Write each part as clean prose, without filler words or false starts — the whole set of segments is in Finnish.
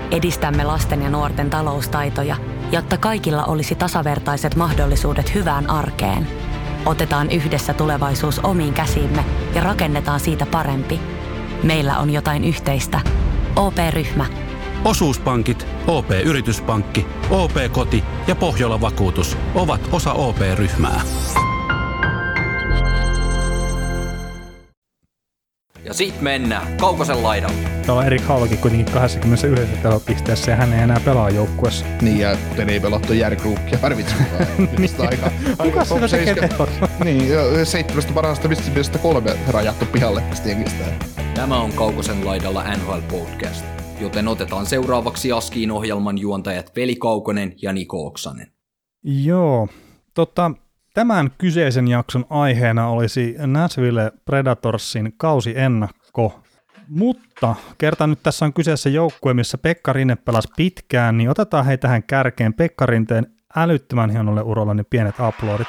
Edistämme lasten ja nuorten taloustaitoja, jotta kaikilla olisi tasavertaiset mahdollisuudet hyvään arkeen. Otetaan yhdessä tulevaisuus omiin käsiimme ja rakennetaan siitä parempi. Meillä on jotain yhteistä. OP-ryhmä. Osuuspankit, OP-yrityspankki, OP-koti ja Pohjola-vakuutus ovat osa OP-ryhmää. Ja sit mennään Kaukosen laidalle. Täällä on Erik Haulakin kuitenkin 21 tehopisteessä ja hän ei enää pelaa joukkueessa. Niin, ja kuten ei pelattu järkruukkia harvitsemaan. Kuka sitä tekee tehot? Niin, 7 parhaasta pisteestä 3 rajattu pihalle tästä jengistä. Tämä on Kaukosen laidalla NHL Podcast, joten otetaan seuraavaksi Askiin ohjelman juontajat Veli Kaukonen ja Niko Oksanen. Joo, tämän kyseisen jakson aiheena olisi Nashville Predatorsin kausiennakko, mutta kertaan nyt tässä on kyseessä joukkue, missä Pekka Rinne pelasi pitkään, niin otetaan hei tähän kärkeen Pekka Rinteen älyttömän hienolle urolle niin pienet aplodit.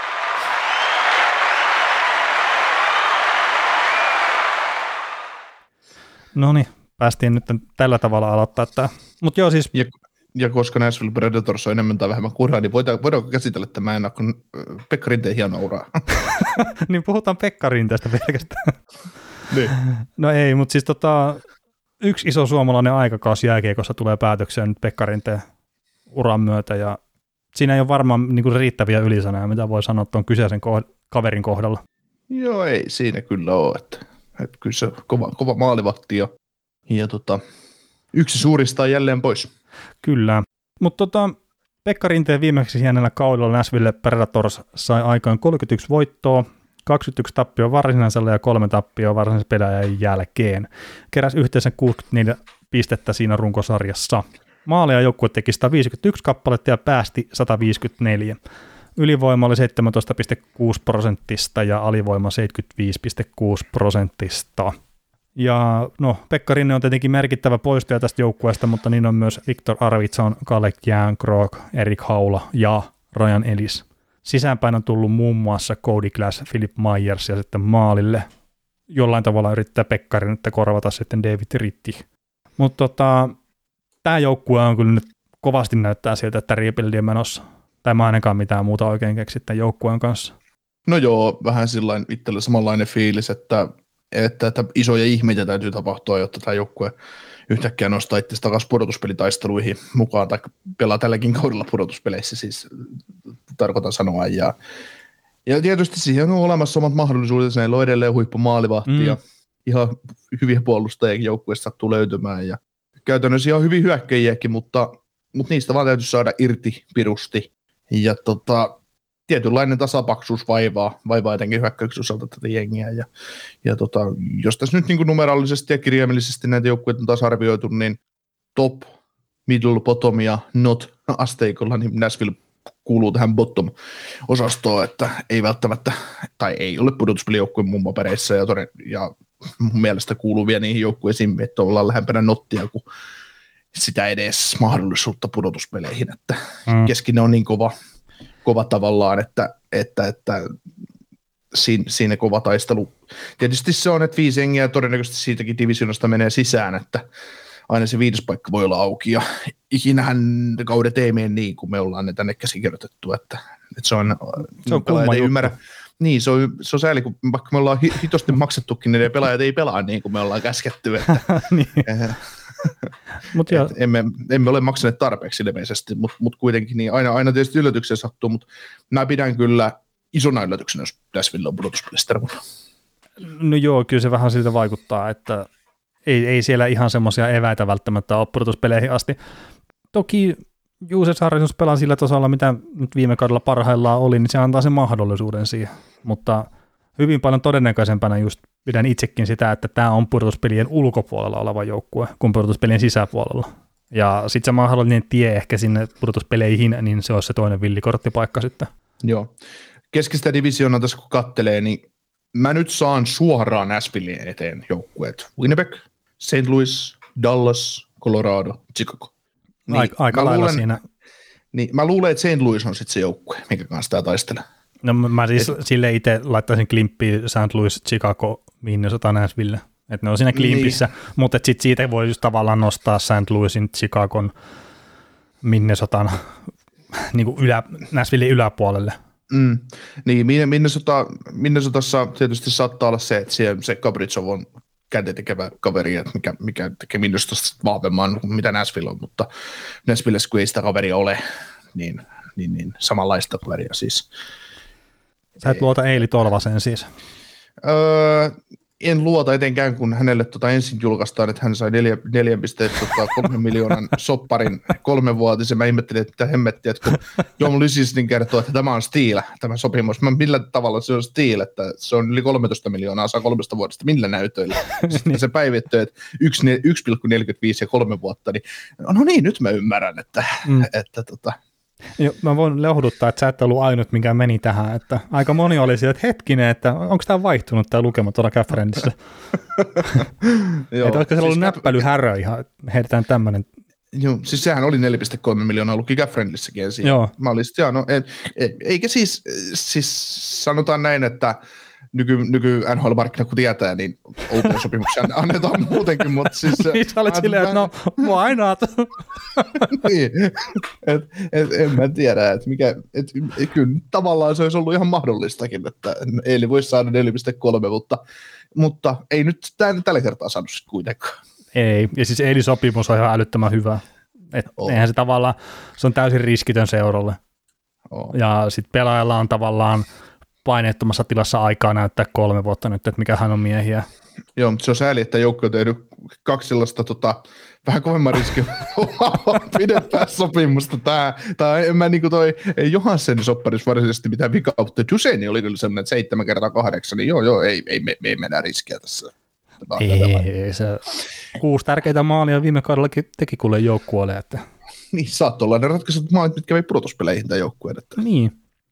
Noniin, päästiin nyt tällä tavalla aloittaa tämä. Mut joo siis... Ja koska Nashville Predators on enemmän tai vähemmän kurhaa, niin voidaanko käsitellä tämä ennakon Pekka Rinteen hieno uraa? Niin puhutaan Pekka Rinteestä pelkästään. Niin. No ei, mutta siis yksi iso suomalainen aikakausi jääkiekossa tulee päätökseen nyt Pekka Rinteen uran myötä, ja siinä ei ole varmaan niin kuin riittäviä ylisanoja, mitä voi sanoa tuon kyseisen kaverin kohdalla. Joo, ei siinä kyllä ole, että kyllä se kova maalivahti ja yksi suurista on jälleen pois. Kyllä, mutta Pekka Rinteen viimeksi hienellä kaudella Nashville Predators sai aikaan 31 voittoa, 21 tappioa varsinaisella ja 3 tappioa varsinaisen pelaajan jälkeen. Keräsi yhteensä 64 pistettä siinä runkosarjassa. Maaleja joukkue teki 151 kappaletta ja päästi 154. Ylivoima oli 17,6% ja alivoima 75,6%. Ja no, Pekka Rinne on tietenkin merkittävä poistuja tästä joukkueesta, mutta niin on myös Viktor Arvidsson, Kalle Järnkrok, Erik Haula ja Ryan Ellis. Sisäänpäin on tullut muun muassa Cody Glass, Philip Myers ja sitten maalille jollain tavalla yrittää Pekka Rinnettä korvata sitten David Ritti. Mutta tämä joukkue on kyllä nyt kovasti näyttää siltä, että rebuildien menossa. Tai mä ainakaan mitään muuta oikein keksi tämän joukkueen kanssa. No joo, vähän sillain itsellä samanlainen fiilis, että isoja ihmeitä täytyy tapahtua, jotta tämä joukkue yhtäkkiä nostaa itse takaisin pudotuspelitaisteluihin mukaan, tai pelaa tälläkin kaudella pudotuspeleissä, siis tarkoitan sanoa. Ja tietysti siihen on olemassa omat mahdollisuudet, näillä on edelleen huippumaalivahti ja ihan hyviä puolustajia joukkueessa sattuu löytymään, ja käytännössä ihan hyviä hyökkäjiäkin, mutta niistä vaan täytyy saada irti pirusti, ja tietynlainen tasapaksuus vaivaa etenkin hyökkäyksen osalta tätä jengiä, ja jos tässä nyt niin kuin numeraalisesti ja kirjaimellisesti näitä joukkueita on taas arvioitu, niin top, middle, bottom ja not asteikolla, niin Nashville kuuluu tähän bottom-osastoon, että ei välttämättä, tai ei ole pudotuspelijoukkueen mun papereissa, ja mun mielestä kuuluu vielä niihin joukkueisiin, että ollaan lähempänä nottia kuin sitä edes mahdollisuutta pudotuspeleihin, että keskinen on niin kova tavallaan, että siinä kova taistelu. Tietysti se on, että 5 jengiä todennäköisesti siitäkin divisionasta menee sisään, että aina se 5. paikka voi olla auki, ja ikinähän kaudet ei mene niin, kuin me ollaan ne tänne käsikirjoitettu, että se on kumma juttu. Ymmärrä. Niin, se on sääli, kun vaikka me ollaan hitosti maksettukin, niin ne pelaajat ei pelaa niin kuin me ollaan käsketty, että niin. Emme ole maksaneet tarpeeksi ilmeisesti, mutta kuitenkin niin aina tietysti yllätyksiä sattuu, mutta mä pidän kyllä isona yllätyksenä, jos Nashville on pudotuspelissä. No joo, kyllä se vähän siltä vaikuttaa, että ei siellä ihan semmoisia eväitä välttämättä ole pudotuspeleihin asti. Toki Juuse Saarisuus pelaa sillä tasolla, mitä nyt viime kaudella parhaillaan oli, niin se antaa sen mahdollisuuden siihen, mutta hyvin paljon todennäköisempänä just pidän itsekin sitä, että tämä on pudotuspelien ulkopuolella oleva joukkue kuin pudotuspelien sisäpuolella. Ja sitten se mahdollinen tie ehkä sinne pudotuspeleihin, niin se olisi se toinen villikorttipaikka sitten. Joo. Keskistä divisioonaa tässä kun kattelee, niin mä nyt saan suoraan Nashvilleen eteen joukkueet. Winnipeg, St. Louis, Dallas, Colorado, Chicago. Niin, aika lailla siinä. Niin, mä luulen, että St. Louis on sitten se joukkue, minkä kanssa tämä taistelee. No mä siis sille itse laittaisin klimppiin St. Louis, Chicago, Minnesota, Nashville. että ne on siinä klimpissä, mutta sitten siitä voi just tavallaan nostaa St. Louisin, Chicagon, Minnesotan niin kuin Nashvillein yläpuolelle. Niin, Minnesotassa tietysti saattaa olla se, että se Kaprizov on kädentekevä kaveri, että mikä tekee Minnesotasta vahvemman kuin mitä Nashville on, mutta Nashvillessä kun ei sitä kaveria ole, niin samanlaista kaveria siis. Sä et luota Eili Tolvasen siis? En luota etenkään, kun hänelle ensin julkaistaan, että hän sai 4,3 miljoonan sopparin 3-vuotisen. Mä ihmettelin, että mitä hemmettiä, että kun Dom Lucic kertoo, että tämä on steal, tämä sopimus. Millä tavalla se on steal, että se on yli 13 miljoonaa, saa 3 vuodesta, millä näytöillä. Sitten se päivittyi, että 1,45 ja 3 vuotta, niin no niin, nyt mä ymmärrän, että Joo, mä voin lehduttaa, että sä et ollut ainut, mikä meni tähän, että aika moni oli siellä, että hetkinen, että onko tämä vaihtunut tämä lukema tuolla Gafferendissä. Että olisiko siellä ollut näppäilyhärö ihan, heitetään tämmöinen. Joo, siis sehän oli 4,3 miljoonaa luki Gafferendissäkin ensin. Joo. Mä olin sitten, eikä siis sanotaan näin, että nyky NHL-markkina kun tietää, niin outoja sopimuksia annetaan muutenkin, mutta siis niin sä olet silleen, että no, why not? Niin, en mä tiedä, että kyllä tavallaan se olisi ollut ihan mahdollistakin, että Eili voisi saada 4,3, mutta ei nyt tällä kertaa saanut sitten kuitenkaan. Ei, ja siis Eilin sopimus on ihan älyttömän hyvä. Eihän se tavallaan, se on täysin riskitön seuralle. Ja sitten pelaajalla on tavallaan paineettomassa tilassa aikaa näyttää 3 vuotta nyt, että mikä hän on miehiä. Joo, mutta se on sääli, että joukko on tehnyt 2 sellaista vähän kovemman riskin pidempää sopimusta. Tämä en mä niinku ei Johanssenin sopparissa varsinaisesti mitään vikaa, mutta Duchene oli kyllä sellainen, että 7x8, niin joo, ei me mennä riskiä tässä. Ei, se 6 tärkeitä maalia viime kaudellakin teki kuule joukkueelle. Että niin, saattoi olla ne ratkaisut maalit, mitkä vei pudotuspeleihin tämän joukkueen. Niin.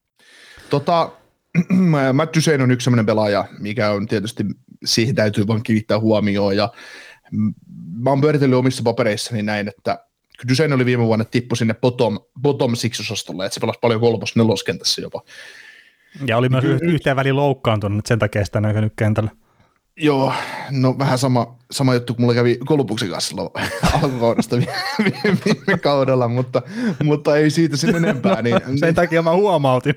Matt Duchene on yksi sellainen pelaaja, mikä on tietysti, siihen täytyy vaan kiinnittää huomioon, ja mä oon pyöritellyt omissa papereissani näin, että Duchene oli viime vuonna tippu sinne bottom 6-osastolle, että se pelasi paljon 3-4 kentässä jopa. Ja oli myös yhteen väliin loukkaantunut, että sen takia sitä näkynyt kentällä. Joo, no vähän sama juttu, kun mulla kävi Kolumbuksen kanssa alkukaudesta viime kaudella, mutta ei siitä sen enempää. Niin, sen takia mä huomautin.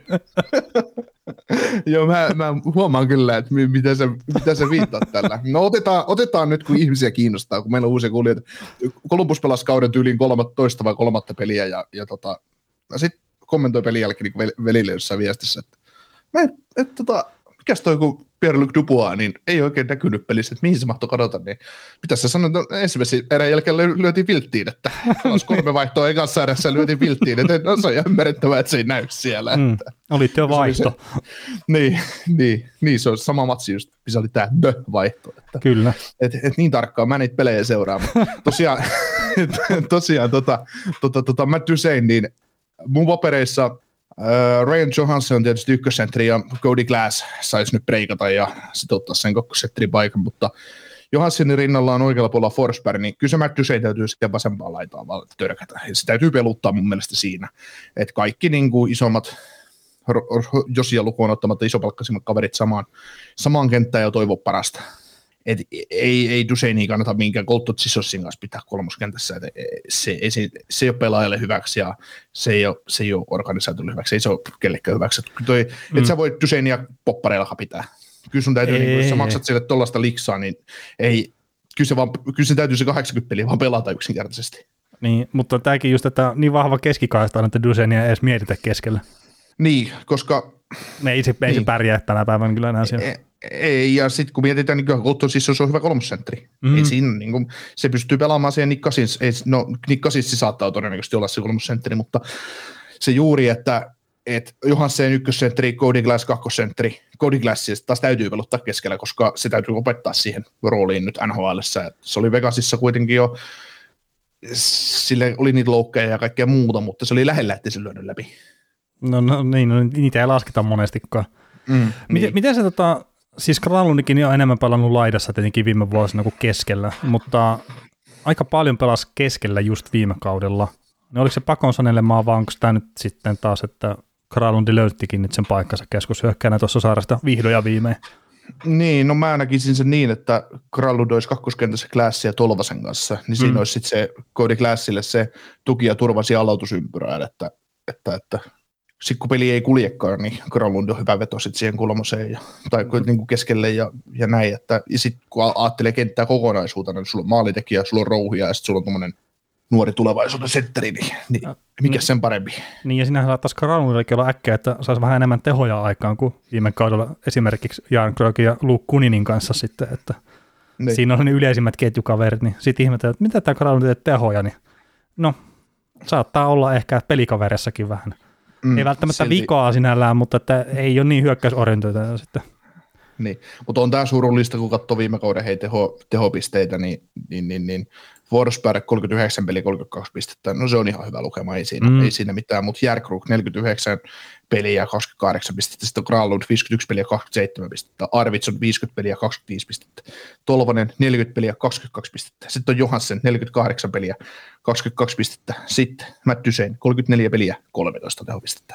Joo, mä huomaan kyllä, että mitä sä viittaat tällä. No otetaan nyt, kun ihmisiä kiinnostaa, kun meillä on uusia kuulijoita. Columbus pelasi kauden toista vai 3 peliä, ja sitten kommentoi pelin jälkeen niin velille jossain viestissä, että mikäs toi, kun Pierre-Luc Dubois, niin ei oikein näkynyt pelissä, että mihin se mahtoi kadota, niin pitäisi se sanoa, että ensimmäisen erän jälkeen lyötiin vilttiin, että 3 vaihtoa ekassa erässä lyötiin vilttiin, että no, se on ihan ymmärrettävää, että se ei näy siellä. Olit jo vaihto. Niin, se on sama matsi just, missä oli tämä vaihto. Että, kyllä. Niin tarkkaan, mä niitä pelejä seuraan. Tosiaan Matt Duchene, niin mun papereissa Ryan Johansson on tietysti ykkössentteri ja Cody Glass saisi nyt breikata ja sitouttaa sen kakkosentterin paikan, mutta Johanssonin rinnalla on oikealla puolella Forsberg, niin kyllä se Matt Duchene täytyy sitten vasempaan laitaan vaan törkätä. Ja se täytyy peluttaa mun mielestä siinä, että kaikki niin kuin isommat, Josia lukuun ottamatta isopalkkaisimmat kaverit samaan kenttään ja toivoa parasta. Et ei Duchenea kannata minkään Colton Sissossin kanssa pitää kolmoskentässä, se ei ole pelaajalle hyväksi ja se ei ole organisaatiolle hyväksi, ei se ole kellekään hyväksi. Et sä voit Duchenea poppareilla pitää. Kyllä sun täytyy, niin, jos sä maksat sille tollaista liksaa, niin ei, kyllä se täytyy se 80 peliä vaan pelata yksinkertaisesti. Niin, mutta tämäkin just, että niin vahva keskikaista on, että Duchenea ei edes mietitä keskellä. Niin, koska ei se pärjää tänä päivänä kyllä enää siellä. Ei, ja sitten kun mietitään, niin kyllä Colton Sissos on hyvä kolmosentteri. Ei siinä, niin kuin, se pystyy pelaamaan siihen Nick Cousins. Nick Cousins saattaa todennäköisesti olla se kolmosentteri, mutta se juuri, että Johansson ykkössentteri, Cody Glass kakkosentteri. Cody Glass siis taas täytyy peluttaa keskellä, koska se täytyy opettaa siihen rooliin nyt NHL:ssä. Se oli Vegasissa kuitenkin jo, sille oli niitä loukkeja ja kaikkea muuta, mutta se oli lähellä, ettei se lyönyt läpi. No niitä ei lasketa monestikaan. Miten se siis Kralunikin on enemmän pelannut laidassa tietenkin viime vuosina kuin keskellä, mutta aika paljon pelasi keskellä just viime kaudella. No oliko se pakon sanelemaan, vaan onko tämä nyt sitten taas, että Kralundi löyttikin nyt sen paikkansa keskushyökkäänä tuossa saarasta vihdoin ja viimein? Niin, no mä näkisin sen niin, että Kralund olisi kakkoskentässä Glassia Tolvasen kanssa, niin siinä olisi sitten se Cody Glassille se tuki ja turvasi aloitusympyrään, että sitten kun peli ei kuljekaan, niin Kralund on hyvä veto sitten siihen kolmoseen tai niin kuin keskelle ja näin, että ja sitten kun ajattelee kenttää kokonaisuutena, niin sulla on maalitekijä, sulla on rouhia ja sitten sulla on tommoinen nuori tulevaisuuden setteri, niin mikä sen parempi. Niin ja sinähän saattaisi Kralundillekin olla äkkiä, että saisi vähän enemmän tehoja aikaan kuin viime kaudella esimerkiksi Jarnkrogin ja Luke Kuninin kanssa sitten, että niin. Siinä on ne yleisimmät ketjukaverit, niin sitten ihmetellään, että mitä tämä Kralund teet tehoja, niin no saattaa olla ehkä pelikaverissakin vähän. Ei välttämättä silti vikaa sinällään, mutta että ei ole niin hyökkäysorientoita sitten. Niin, mutta on tämä surullista, kun katsoo viime kauden tehopisteitä, niin Forsberg 39 peliä 32 pistettä, no se on ihan hyvä lukema, ei siinä mitään, mutta Järkrug 49 peliä 28 pistettä, sitten Kralund 51 peliä 27 pistettä, Arvidsson 50 peliä 25 pistettä, Tolvanen 40 peliä 22 pistettä, sitten on Johansen 48 peliä 22 pistettä, sitten Matt Duchene 34 peliä 13 tehopistettä.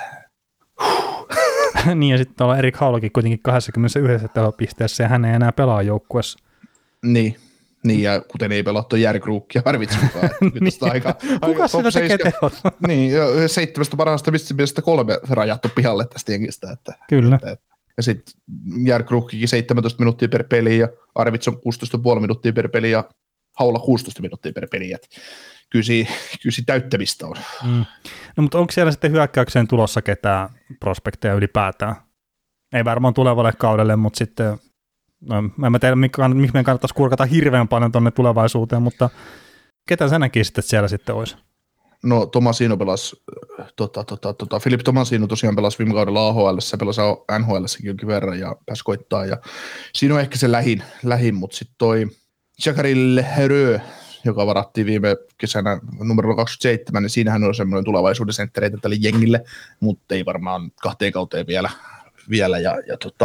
Niin ja sitten on Erik Haulakin kuitenkin 21 tehopisteessä ja hän ei enää pelaa joukkueessa. Niin, ja kuten ei pelattu Järkrug ja Arvidsonkaan. Kuka sitä tekee tehot? Niin, 7 parhaasta pisteestä 3 rajattu pihalle tästä jengistä. Kyllä. Ja sitten Järkrugkin 17 minuuttia per peli ja Arvidsson 16,5 minuuttia per peli ja Haula 16 minuuttia per peli. Kyllä täyttämistä on. No mutta onko siellä sitten hyökkäykseen tulossa ketään prospekteja ylipäätään? Ei varmaan tulevalle kaudelle, mutta sitten no, en tiedä, miksi meidän kannattaisi kurkata hirveän paljon tuonne tulevaisuuteen, mutta ketä sä näkisit, että siellä sitten olisi? No Tomasino pelasi, Filip Tomasino tosiaan pelasi viime kaudella AHL:ssä, pelasi NHL:ssäkin jonkin verran ja pääsi koittaa. Ja siinä on ehkä se lähin mutta sitten toi Jacari Lehereux, joka varattiin viime kesänä numero 27, niin siinähän on semmoinen tulevaisuuden senttereitä tälle jengille, mutta ei varmaan 2 kauteen vielä ja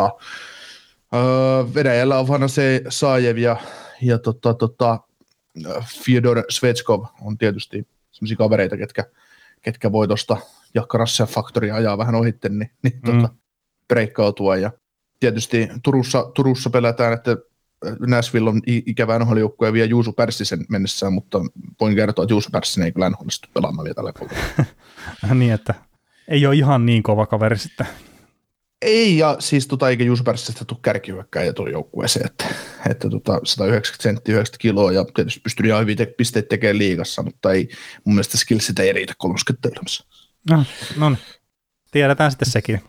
Venäjällä on Vanase Saajev ja Fyodor Svetskov on tietysti sellaisia kavereita, ketkä voi tuosta Jakka Rassen-faktoria ajaa vähän ohitte, niin breikkautua. Ja tietysti Turussa pelätään, että Nashville on ikävä NHL-joukkue ja vie Juuso Pärssisen mennessään, mutta voin kertoa, että Juuso Pärssinen ei kyllä NHL:stä pelaamaan vielä tällä kaudella. Niin, että ei ole ihan niin kova kaveri sitten. Ei, ja siis eikä Juuso Pärssisestä tule kärkihyökkääjä tuon joukkueeseen, että 190 senttiä, 90 kiloa, ja tietysti pystyy ihan hyvin pisteet tekemään liigassa, mutta ei mun mielestä skillsit ei riitä 30 elämässä. No niin, tiedetään sitten sekin.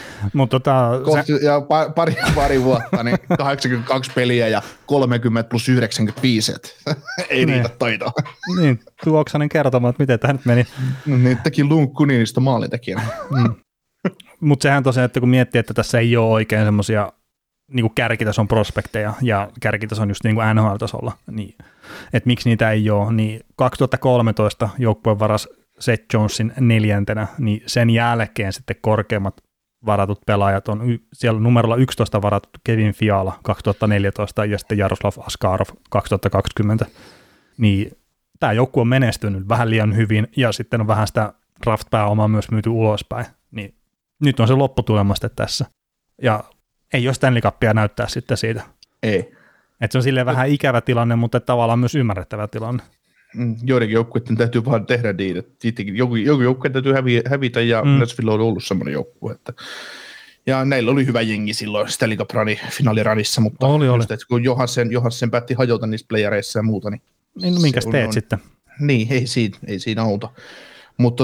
Ja pari vuotta, niin 82 peliä ja 30 plus 95, ei riitä taitoa. Niin, Tuoksanen kertomaan, että miten tämä nyt meni. No niin, teki Luke Kuninista maalintekijänä. Mutta sehän tosiaan, että kun miettii, että tässä ei ole oikein semmoisia niin kärkitason prospekteja ja kärkitason just niin kuin NHL-tasolla, niin että miksi niitä ei ole, niin 2013 joukkueen varas Seth Jonesin 4., niin sen jälkeen sitten korkeimmat varatut pelaajat on siellä numerolla 11 varatut Kevin Fiala 2014 ja sitten Jaroslav Askarov 2020, niin tämä joukkue on menestynyt vähän liian hyvin ja sitten on vähän sitä draft-pääomaa myös myyty ulospäin, niin nyt on se lopputulema sitten tässä. Ja ei ole Stanley Cupia näyttää sitten siitä. Ei. Että se on silleen vähän ikävä tilanne, mutta tavallaan myös ymmärrettävä tilanne. Joidenkin joukkueiden täytyy vaan tehdä niin, että joku joukkueen täytyy hävitä, ja Nashville on ollut semmoinen joukkue. Että ja näillä oli hyvä jengi silloin Stanley Cup finaaliranissa, mutta oli. Että kun Johansen päätti hajota niissä playereissa ja muuta, niin no, minkäs teet sitten? Niin, ei siinä auta. Mutta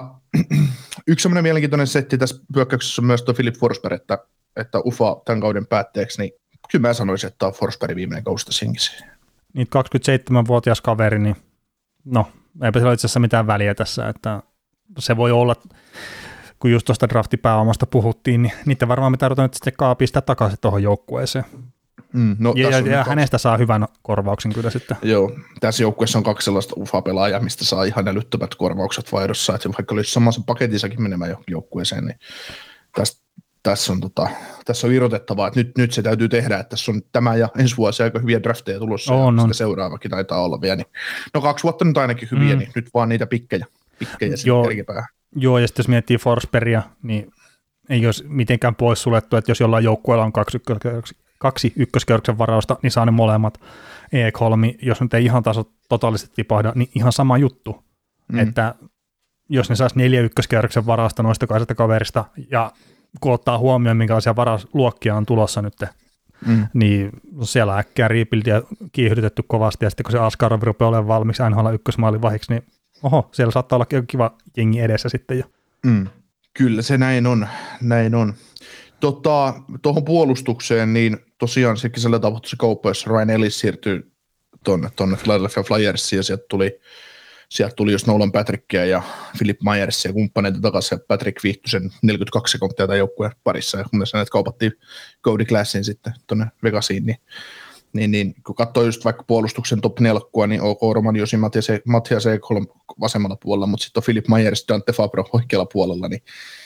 yksi semmoinen mielenkiintoinen setti tässä hyökkäyksessä on myös tuo Filip Forsberg, että UFA tämän kauden päätteeksi, niin kyllä mä sanoisin, että tämä on Forsbergin viimeinen kausi tässä jengissä. Niin 27-vuotias kaveri, niin no, eipä sillä ole itse asiassa mitään väliä tässä, että se voi olla, kun just tuosta draftipääomasta puhuttiin, niin niitä varmaan mitä ruvetaan nyt sitten kaapista takaisin tuohon joukkueeseen. No, ja hänestä saa hyvän korvauksen kyllä sitten. Joo, tässä joukkueessa on 2 sellaista UFA-pelaajaa, mistä saa ihan älyttömät korvaukset vaihdossa, että vaikka olisi samassa paketissakin menemään johonkin joukkueeseen, niin tässä on irrotettavaa, että nyt se täytyy tehdä, että tässä on tämä ja ensi vuosi aika hyviä drafteja tulossa, ja sitten seuraavakin taitaa olla vielä. Niin, no 2 vuotta nyt ainakin hyviä, niin nyt vaan niitä pikkejä jälkipäähän. Joo, ja sitten jos miettii Forsbergia, niin ei olisi mitenkään pois suljettu, että jos jollain joukkueella on 2 ykköskierroksen varausta, niin saa ne molemmat. Ekholmi, jos nyt ei ihan taso totaalisesti tipahda, niin ihan sama juttu. Että jos ne saisi 4 ykköskierroksen varausta noista kahdesta kaverista, ja kun ottaa huomioon, minkälaisia varausluokkia on tulossa nyt, niin siellä äkkiä rebuildia kiihdytetty kovasti, ja sitten kun se Askarov rupeaa olemaan valmiiksi NHL ykkösmaalin vahiksi, niin siellä saattaa olla kiva jengi edessä sitten jo. Kyllä se näin on. Tuohon puolustukseen, niin tosiaan se kesällä tapahtui se kauppa, jossa Ryan Ellis siirtyi tuonne Philadelphia Flyersiin, ja sieltä tuli just Nolan Patrickia ja Philip Myersia ja kumppaneita takaisin, ja Patrick viihtyi sen 42 sekuntia tämän joukkueen parissa, ja kun näitä kaupattiin Cody Glassin sitten tuonne Vegasiin, niin kun katsoo just vaikka puolustuksen top 4, niin OK, Roman Josi, Mattias Ekholm vasemmalla puolella, mutta sitten on Philip Myers, Dante Fabro oikealla puolella, niin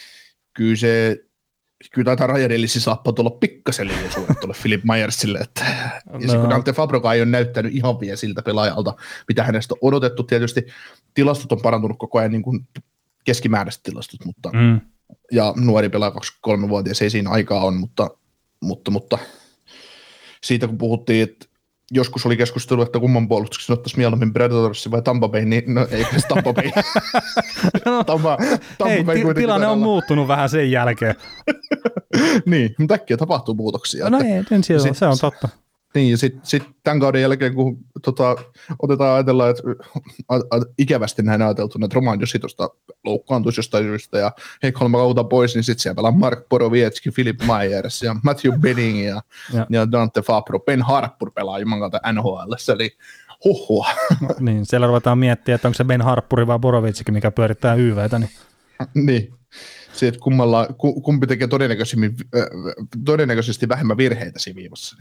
kyllä taitaa Ryan Ellisin saappa tulla pikkasen liian suuret tuolle Philip Myersille, että kun Dante Fabrokaan ei ole näyttänyt ihan vielä siltä pelaajalta, mitä hänestä on odotettu. Tietysti tilastot on parantunut koko ajan, niin kuin keskimääräiset tilastot, mutta ja nuori pelaa 23-vuotias, ei siinä aikaa on, mutta siitä kun puhuttiin, että joskus oli keskustelu, että kumman puolustuksen ottaisi mieluummin Predatorsin vai Tampa Bay, niin no ei se Tampa Bay. Tilanne on muuttunut vähän sen jälkeen. Niin, mutta äkkiä tapahtuu muutoksia. No se on totta. Niin, ja sitten tämän kauden jälkeen, kun ajatellaan, että ikävästi näin ajateltuna, että Roman Josi tuosta loukkaantuisi jostain syystä, ja Ekholm kauta pois, niin sitten siellä pelaa Mark Borowiecki, Philip Myers, ja Matthew Benning, ja Dante Fabro. Ben Harpur pelaa jumankalta NHL:ssä, eli huhua. No, niin, siellä ruvetaan miettiä, että onko se Ben Harpuri vai Borowiecki, mikä pyörittää YVtä. Niin. Se, että kumpi tekee todennäköisesti vähemmän virheitä siinä viivassa.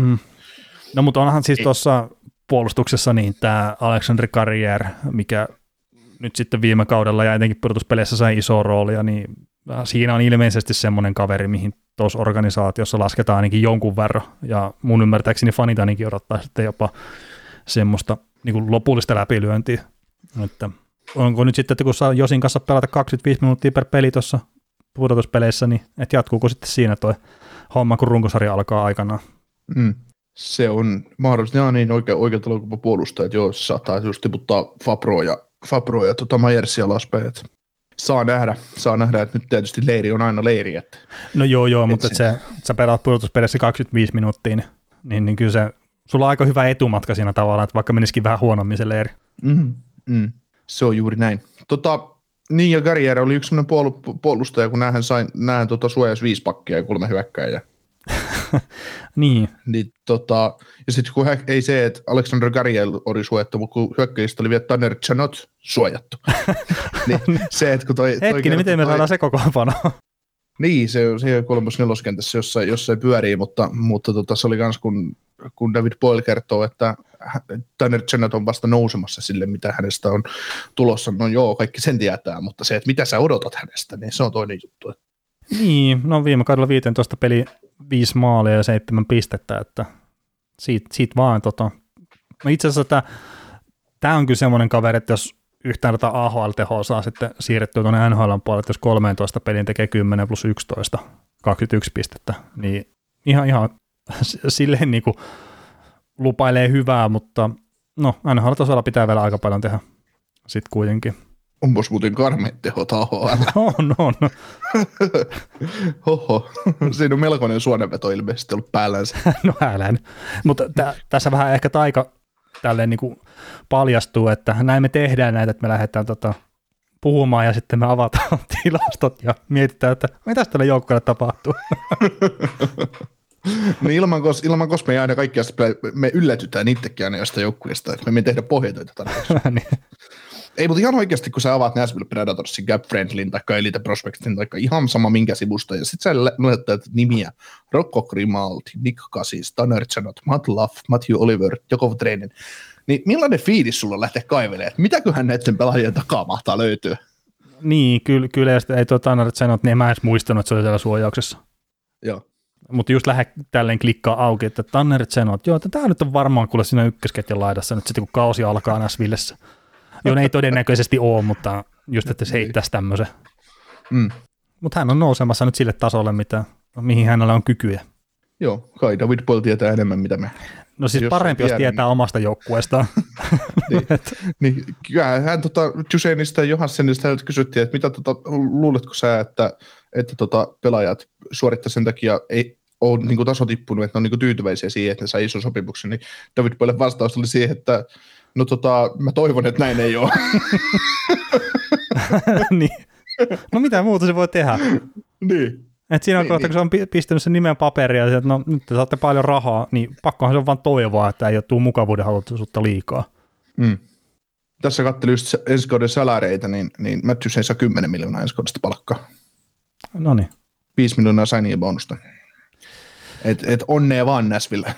No mutta onhan siis tuossa puolustuksessa niin tämä Alexandre Carrier, mikä nyt sitten viime kaudella ja etenkin pudotuspeleissä sai isoa roolia, niin siinä on ilmeisesti semmoinen kaveri, mihin tuossa organisaatiossa lasketaan ainakin jonkun verran, ja mun ymmärtääkseni fanit ainakin odottaa sitten jopa semmoista niin kuin lopullista läpilyöntiä. Että onko nyt sitten, että kun saa Josin kanssa pelata 25 minuuttia per peli tuossa pudotuspeleissä, niin että jatkuuko sitten siinä toi homma, kun runkosarja alkaa aikanaan? Se on mahdollista. Ja niin oikealta puolustajat, joo, saattaa just tiputtaa Fabroa ja Myersia alaspäin. Saa nähdä, että nyt tietysti leiri on aina leiri. Että, no joo, mutta sä pelaat pudotuspeleissä 25 minuuttia, niin kyllä sulla on aika hyvä etumatka siinä tavallaan, että vaikka menisikin vähän huonommin se leiri. Se on juuri näin. Niin, ja Carrier oli yksi sellainen puolustaja, kun näähän suojasi 5 pakkia ja 3 hyökkääjää. Niin. Ja sitten kun ei se, että Alexander Carrier oli suojattu, mutta kun hyökkäjistä oli vielä Tanner Chanot suojattu. Niin se, että kun hetkinen, miten me saadaan se kokoonpano? Niin, se on 3-4 kentässä jossain pyörii, mutta se oli kans, kun David Boyle kertoo, että Tanner Chanot on vasta nousemassa sille, mitä hänestä on tulossa. No joo, kaikki sen tietää, mutta se, että mitä sä odotat hänestä, niin se on toinen juttu. Niin, no viime kaudella 15 peli 5 maalia ja 7 pistettä, että siitä vaan no itse asiassa tämä on kyllä semmoinen kaveri, että jos yhtään tätä AHL-tehoa saa sitten siirrettyä tuonne NHL:n puolelle, että jos 13 pelin tekee 10 plus 11, 21 pistettä, niin ihan silleen niin kuin lupailee hyvää, mutta no NHL-tasolla pitää vielä aika paljon tehdä sitten kuitenkin. Onpas muuten karmeet tehot AHL. On. Hoho, siinä on melkoinen suonenveto ilmeisesti ollut päällänsä. No älä. Mutta tässä vähän ehkä taika tälleen niin kuin paljastuu, että näin me tehdään näitä, että me lähdetään puhumaan ja sitten me avataan tilastot ja mietitään, että mitä tälle joukkueelle tapahtuu. No ilman koska me aina kaikki me yllätytään itsekin aina jostain joukkueesta, että me emme tehdä pohjatöitä tarpeeksi. Niin. Ei, mutta ihan oikeasti, kun sä avaat Nashville Predatorsin, Gap Friendlyn tai Elite Prospectin tai ihan sama minkä sivusta, ja sitten sä luettelet nimiä Rocco Grimaldi, Nick Cassis, Tanner Chanot, Matt Luff, Matthew Oliver, Jakov Treinen, niin millainen fiilis sulla lähtee kaivelemaan? Mitäköhän näiden pelaajien takaa mahtaa löytyä? Niin, kyllä ja sitten ei Tanner Chanot, niin en mä edes muistanut, että se oli siellä suojauksessa. Joo. Mutta just lähde tälleen klikkaa auki, että Tanner Chanot, joo, tämä nyt on varmaan kuule siinä ykkösketjan laidassa nyt sitten, kun kausi alkaa Nashvillessä. Joo, ne ei todennäköisesti ole, mutta just, että se heittäisi tämmöisen. Mutta hän on nousemassa nyt sille tasolle, mihin hänellä on kykyjä. Joo, kai David Boyle tietää enemmän, mitä me. No siis parempi, jos tietää omasta joukkueestaan. niin, hän Duchenista ja Johanssenista kysyttiin, että mitä luuletko sä, että pelaajat suorittavat sen takia ei ole niin taso tippunut, että ne on niin tyytyväisiä siihen, että ne sai ison sopimuksen, niin David Boylen vastaus oli siihen, että no mä toivon, että näin ei ole. Niin. No mitä muuta se voi tehdä? Niin. Et siinä on kohta, kun se on pistänyt sen nimen paperia, että no nyt te saatte paljon rahaa, niin pakkohan se on vaan toivoa, että ei ole tuu mukavuuden haluttuisuutta liikaa. Tässä katselin just ensi kauden salareita, niin Matthews ei saa 10 miljoonaa ensi kaudesta palkkaa. No niin. 5 miljoonaa signing bonusta. Et onnea vaan Nashville.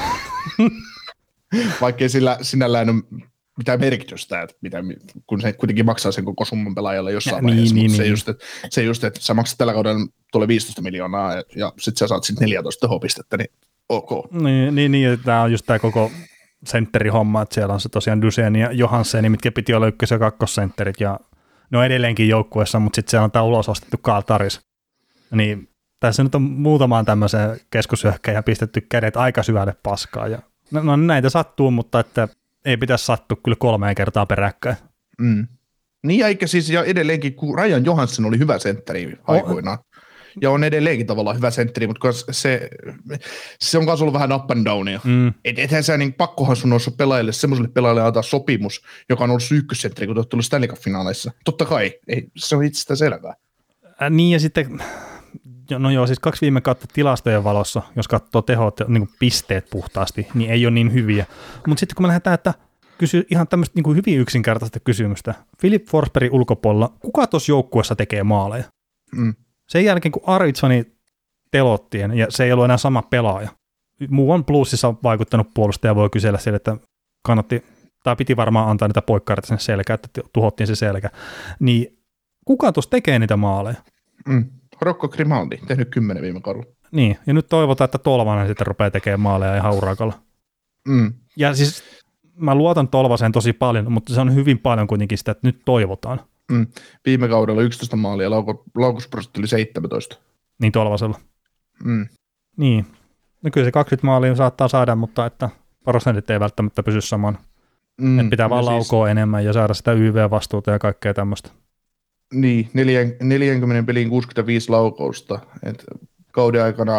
Vaikkei sillä sinällään ole mitään merkitystä, että kun se kuitenkin maksaa sen koko summan pelaajalle jossain vaiheessa, mutta se just, että sä maksat tällä kaudella tulee 15 miljoonaa ja sitten sä saat sitten 14 tehopistettä, niin ok. Niin tämä on just tämä koko sentterihomma, että siellä on se tosiaan Duchene ja Johansson, mitkä piti olla ykkös- ja kakkosentterit, ja ne on edelleenkin joukkueessa, mutta sitten siellä on tämä ulosostettu Kaltaris. Niin tässä nyt on muutamaan tämmöiseen keskushyökkäjään pistetty kädet aika syvälle paskaa, ja no näitä sattuu, mutta että ei pitäisi sattua kyllä 3 kertaa peräkkäin. Niin eikä siis, ja edelleenkin, kun Ryan Johansson oli hyvä sentteri aikoinaan, ja on edelleenkin tavallaan hyvä sentteri, mutta se on myös ollut vähän up and downia. Ethän sä, niin pakkohan sun olisi pelaajille, semmoiselle pelaajalle antaa sopimus, joka on ollut ykkössentteri, kun te olette tullut Stanley Cup-finaaleissa. Totta kai, se on itsestään selvää. Niin ja sitten, no joo, siis 2 viime kautta tilastojen valossa, jos katsoo tehot ja niin pisteet puhtaasti, niin ei ole niin hyviä. Mutta sitten kun me lähdetään, että kysyy ihan tämmöistä niin hyvin yksinkertaista kysymystä. Philip Forsbergin ulkopuolella, kuka tuossa joukkueessa tekee maaleja? Sen jälkeen, kun Arvidssoni telottiin, ja se ei ollut enää sama pelaaja. Muu on plussissa vaikuttanut puolustaja, voi kysellä siellä, että piti varmaan antaa niitä poikkareita sinne selkään, että tuhottiin se selkä. Niin kuka tuossa tekee niitä maaleja? Rocco Grimaldi, tehnyt 10 viime kaudella. Niin, ja nyt toivotaan, että Tolvanen sitten rupeaa tekemään maaleja ihan urakalla. Ja siis mä luotan Tolvaseen tosi paljon, mutta se on hyvin paljon kuitenkin sitä, että nyt toivotaan. Viime kaudella 11 maalia, laukausprosentti oli 17. Niin Tolvasella. Niin. No kyllä se 20 maalia saattaa saada, mutta että prosentit ei välttämättä pysy saman. Että pitää vaan laukoa enemmän ja saada sitä YV-vastuuta ja kaikkea tämmöistä. Niin, 40 peliin 65 laukausta. Et kauden aikana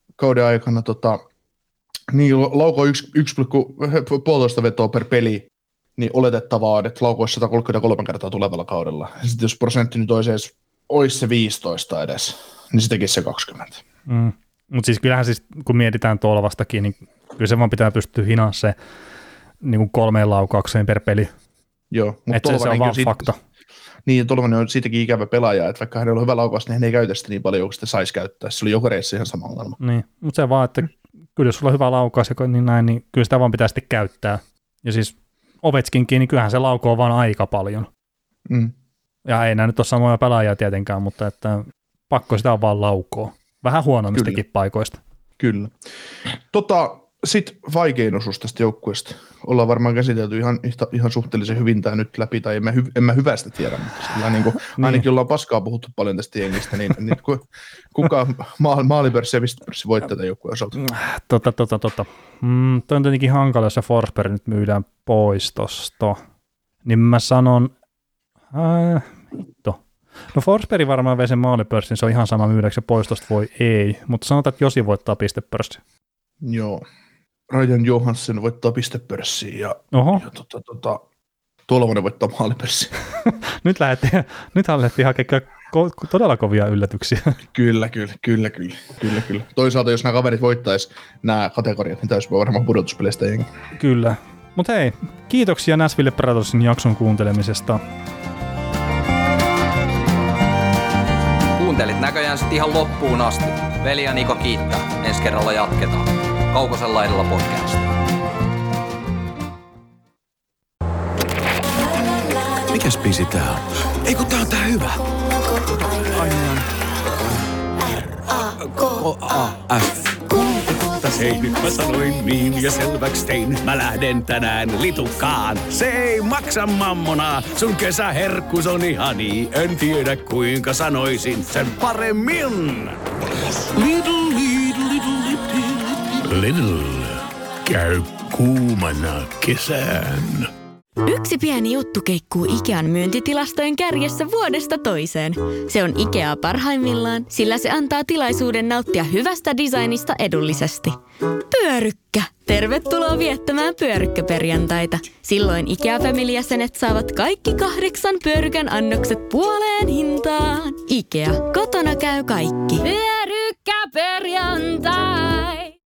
niin lauko 1,5 vetoa per peli, niin oletettavaa, että laukoisi 133 kertaa tulevalla kaudella. Ja sitten jos prosentti nyt olisi se 15 edes, niin se tekisi se 20. Mutta siis kyllähän siis, kun mietitään Tolvastakin, niin kyllä se vaan pitää pystyä hinaa se niin kuin 3 laukaukseen per peli. Joo, mutta se on vaan fakta. Niin, Tolvanen on siitäkin ikävä pelaaja, että vaikka hänellä on hyvä laukaus, niin hän ei käytä sitä niin paljon, kun sitä saisi käyttää. Se oli joka reissi ihan sama ongelma. Niin, mutta se vaan, että kyllä jos sulla on hyvä laukaus niin näin, niin kyllä sitä vaan pitää sitten käyttää. Ja siis Ovechkinkin, niin kyllähän se laukoo vaan aika paljon. Ja ei nämä nyt ole samoja pelaajia tietenkään, mutta että pakko sitä on vaan laukoa. Vähän huonommistakin paikoista. Kyllä. Sitten vaikein osuus tästä joukkueesta. Ollaan varmaan käsitelty ihan suhteellisen hyvin tämä nyt läpi, tai en mä hyvästä tiedä, mutta sillä niin kuin, ainakin ollaan paskaa puhuttu paljon tästä jengistä, niin kuka maalipörssi ja pistepörssi voittaa tätä joukkueen osalta? Toi on tietenkin hankala, jos se Forsberg nyt myydään pois tosta. Niin mä sanon, no Forsberg varmaan vei sen maalipörssin, se on ihan sama myydääkö se pois tosta voi ei, mutta sanotaan, että Josi voittaa pistepörssin. Joo. Ryan Johansson voittaa pistepörssiin ja Tolvanen voittaa maalipörssiin. nyt alettiin hakea todella kovia yllätyksiä. Kyllä. Toisaalta jos nämä kaverit voittaisi nämä kategoriat, niin täysin varmaan pudotuspeleistä jengi. Kyllä. Mutta hei, kiitoksia Nashville Predatorsin jakson kuuntelemisesta. Kuuntelit näköjään sitten ihan loppuun asti. Veli ja Niko kiittää. Ensi kerralla jatketaan. Kaukosen laidalla podcast. Mikäs biisi tää on? Ei kun tää on tää hyvä. R-A-K-A-F. Hei, nyt mä sanoin niin ja selväks tein. Mä lähden tänään litukaan. Se ei maksa mammonaa. Sun kesäherkkus on ihani. En tiedä kuinka sanoisin sen paremmin. Little, little, little, little. Lidl käy kuumana kesään. Yksi pieni juttu keikkuu Ikean myyntitilastojen kärjessä vuodesta toiseen. Se on Ikea parhaimmillaan, sillä se antaa tilaisuuden nauttia hyvästä designista edullisesti. Pyörykkä! Tervetuloa viettämään pyörykkäperjantaita. Silloin Ikea-familijäsenet saavat kaikki 8 pyörykän annokset puoleen hintaan. Ikea, kotona käy kaikki. Pyörykkäperjantai!